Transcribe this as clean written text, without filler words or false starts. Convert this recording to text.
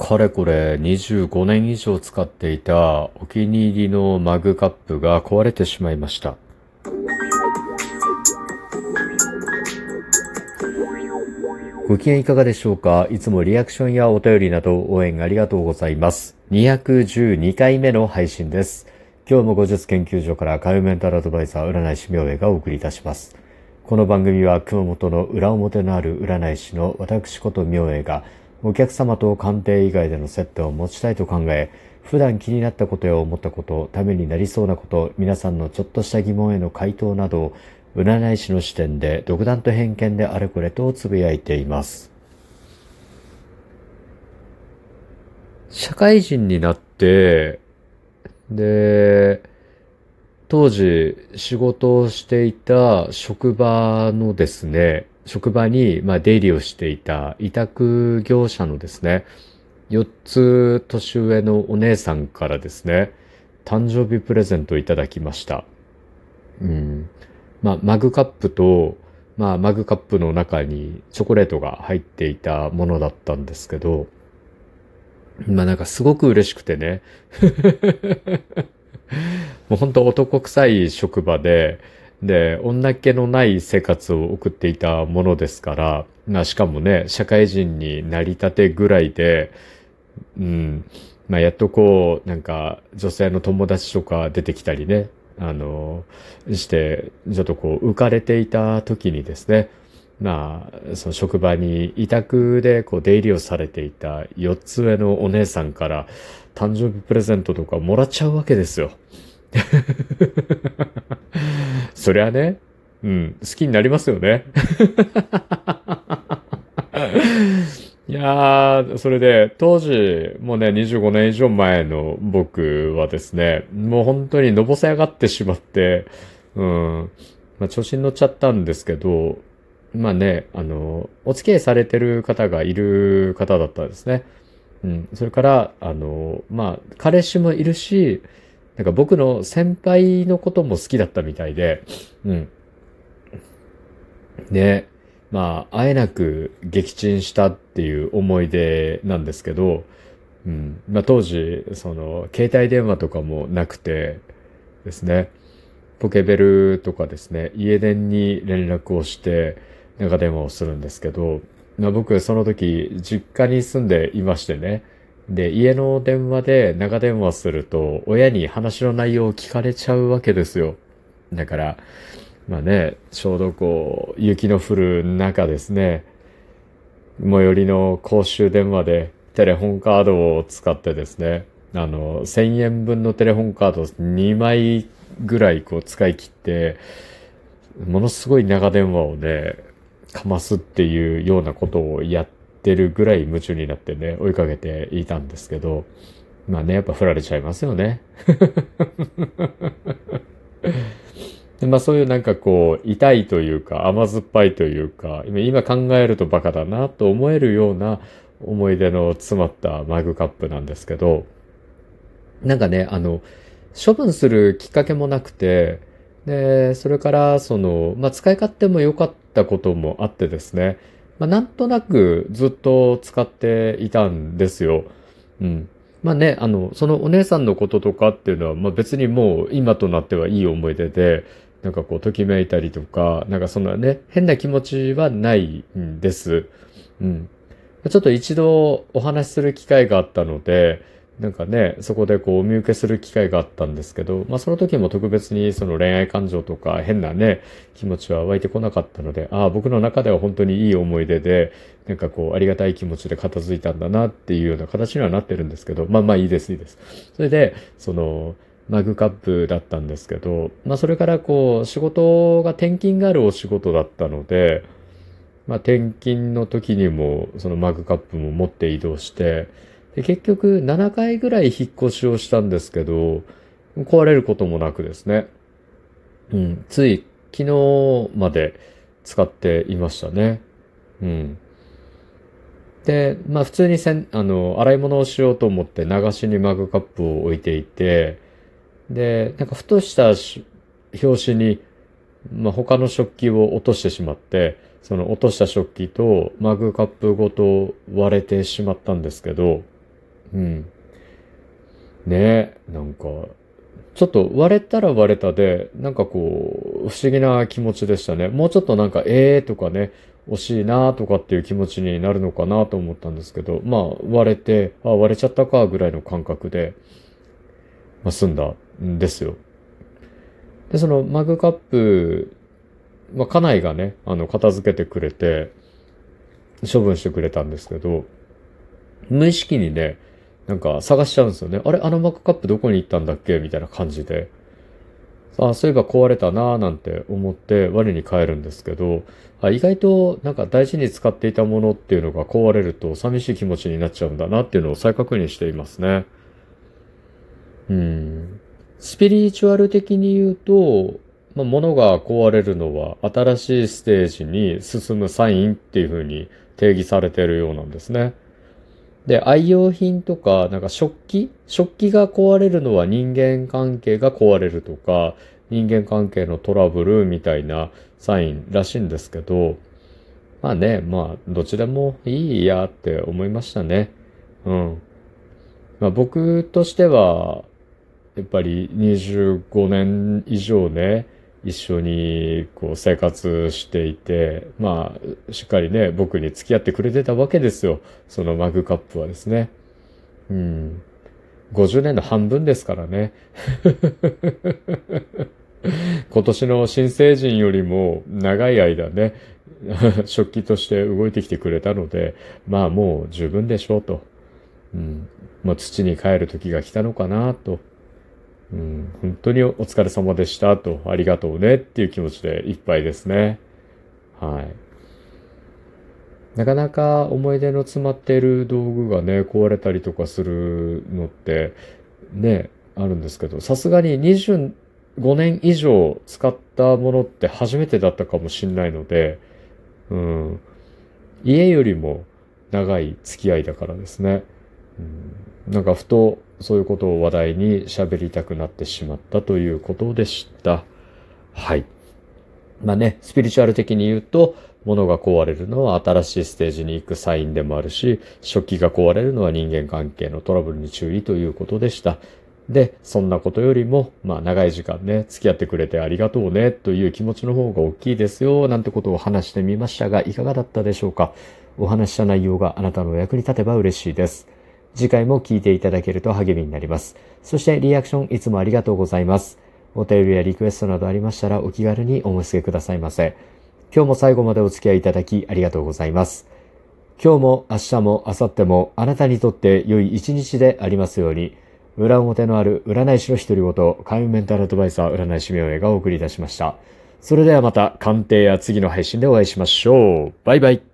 かれこれ25年以上使っていたお気に入りのマグカップが壊れてしまいました。ご機嫌いかがでしょうか？いつもリアクションやお便りなど応援ありがとうございます。212回目の配信です。今日も後日研究所からカルメンタルアドバイザー占い師明恵がお送りいたします。この番組は熊本の裏表のある占い師の私こと明恵がお客様と鑑定以外での接点を持ちたいと考え、普段気になったことや思ったこと、ためになりそうなこと、皆さんのちょっとした疑問への回答などを占い師の視点で独断と偏見であれこれとつぶやいています。社会人になって、で、当時仕事をしていた職場のですね、職場に出入りをしていた委託業者のですね、4つ年上のお姉さんからですね、誕生日プレゼントをいただきました。マグカップと、マグカップの中にチョコレートが入っていたものだったんですけど、なんかすごく嬉しくてね。もう本当男臭い職場で、女気のない生活を送っていたものですから、しかもね、社会人になり立てぐらいで、やっとなんか、女性の友達とか出てきたりね、して、ちょっと浮かれていた時にですね、その職場に委託で出入りをされていた4つ上のお姉さんから誕生日プレゼントとかもらっちゃうわけですよ。そりゃね、好きになりますよね。いやー、それで、当時、もうね、25年以上前の僕はですね、もう本当にのぼせ上がってしまって、調子に乗っちゃったんですけど、お付き合いされてる方がいる方だったんですね。それから、彼氏もいるし、なんか僕の先輩のことも好きだったみたいで、で、会えなく撃沈したっていう思い出なんですけど、当時、携帯電話とかもなくてですね、ポケベルとかですね、家電に連絡をして長電話をするんですけど、僕その時実家に住んでいましてね、で、家の電話で長電話すると親に話の内容を聞かれちゃうわけですよ。だから、ちょうど雪の降る中ですね、最寄りの公衆電話でテレホンカードを使ってですね、1000円分のテレホンカード2枚ぐらい使い切って、ものすごい長電話をね、かますっていうようなことをやってるぐらい夢中になってね、追いかけていたんですけど、やっぱ振られちゃいますよね。でそういう痛いというか、甘酸っぱいというか、今考えるとバカだなと思えるような思い出の詰まったマグカップなんですけど、処分するきっかけもなくて、で、それから、使い勝手も良かったこともあってですね、なんとなくずっと使っていたんですよ。そのお姉さんのこととかっていうのは、別にもう今となってはいい思い出で、ときめいたりとか、そんなね、変な気持ちはないんです。ちょっと一度お話しする機会があったので、そこでお見受けする機会があったんですけど、その時も特別にその恋愛感情とか変なね、気持ちは湧いてこなかったので、僕の中では本当にいい思い出で、ありがたい気持ちで片付いたんだなっていうような形にはなってるんですけど、いいです、いいです。それで、マグカップだったんですけど、それから仕事が転勤があるお仕事だったので、転勤の時にもそのマグカップも持って移動して、で結局7回ぐらい引っ越しをしたんですけど、壊れることもなくですね。つい昨日まで使っていましたね。で、普通に洗い物をしようと思って流しにマグカップを置いていて、で、ふとした拍子に、他の食器を落としてしまって、その落とした食器とマグカップごと割れてしまったんですけど、 うん。ねえ、なんか、ちょっと割れたら割れたで、なんかこう、不思議な気持ちでしたね。もうちょっとなんか、とかね、惜しいなとかっていう気持ちになるのかなと思ったんですけど、まあ、割れて、割れちゃったかぐらいの感覚で、まあ、済んだんですよ。で、そのマグカップ、まあ、家内がね、片付けてくれて、処分してくれたんですけど、無意識にね、なんか探しちゃうんですよね。あれ、あのマグカップどこに行ったんだっけみたいな感じで。そういえば壊れたなーなんて思って我に返るんですけど、意外となんか大事に使っていたものっていうのが壊れると寂しい気持ちになっちゃうんだなっていうのを再確認していますね。うん。スピリチュアル的に言うと、まあ、物が壊れるのは新しいステージに進むサインっていう風に定義されているようなんですね。で、愛用品とか、なんか食器が壊れるのは人間関係が壊れるとか、人間関係のトラブルみたいなサインらしいんですけど、まあね、まあ、どっちでもいいやって思いましたね。うん。まあ僕としては、やっぱり25年以上ね、一緒にこう生活していて、まあ、しっかりね、僕に付き合ってくれてたわけですよ。そのマグカップはですね。うん。50年の半分ですからね。今年の新成人よりも長い間ね、食器として動いてきてくれたので、まあもう十分でしょうと。うん。まあ土に帰る時が来たのかなと。うん。本当にお疲れ様でしたと、ありがとうねっていう気持ちでいっぱいですね。はい。なかなか思い出の詰まっている道具がね、壊れたりとかするのって、ね、あるんですけど、さすがに25年以上使ったものって初めてだったかもしれないので、うん、家よりも長い付き合いだからですね。なんかふとそういうことを話題に喋りたくなってしまったということでした。はい。まあね、スピリチュアル的に言うと、物が壊れるのは新しいステージに行くサインでもあるし、食器が壊れるのは人間関係のトラブルに注意ということでした。で、そんなことよりも、まあ長い時間ね、付き合ってくれてありがとうね、という気持ちの方が大きいですよ、なんてことを話してみましたが、いかがだったでしょうか。お話した内容があなたのお役に立てば嬉しいです。次回も聞いていただけると励みになります。そしてリアクションいつもありがとうございます。お便りやリクエストなどありましたらお気軽にお申し付けくださいませ。今日も最後までお付き合いいただきありがとうございます。今日も明日も明後日もあなたにとって良い一日でありますように、裏表のある占い師の独り言、開運メンタルアドバイザー占い師名がお送りいたしました。それではまた鑑定や次の配信でお会いしましょう。バイバイ。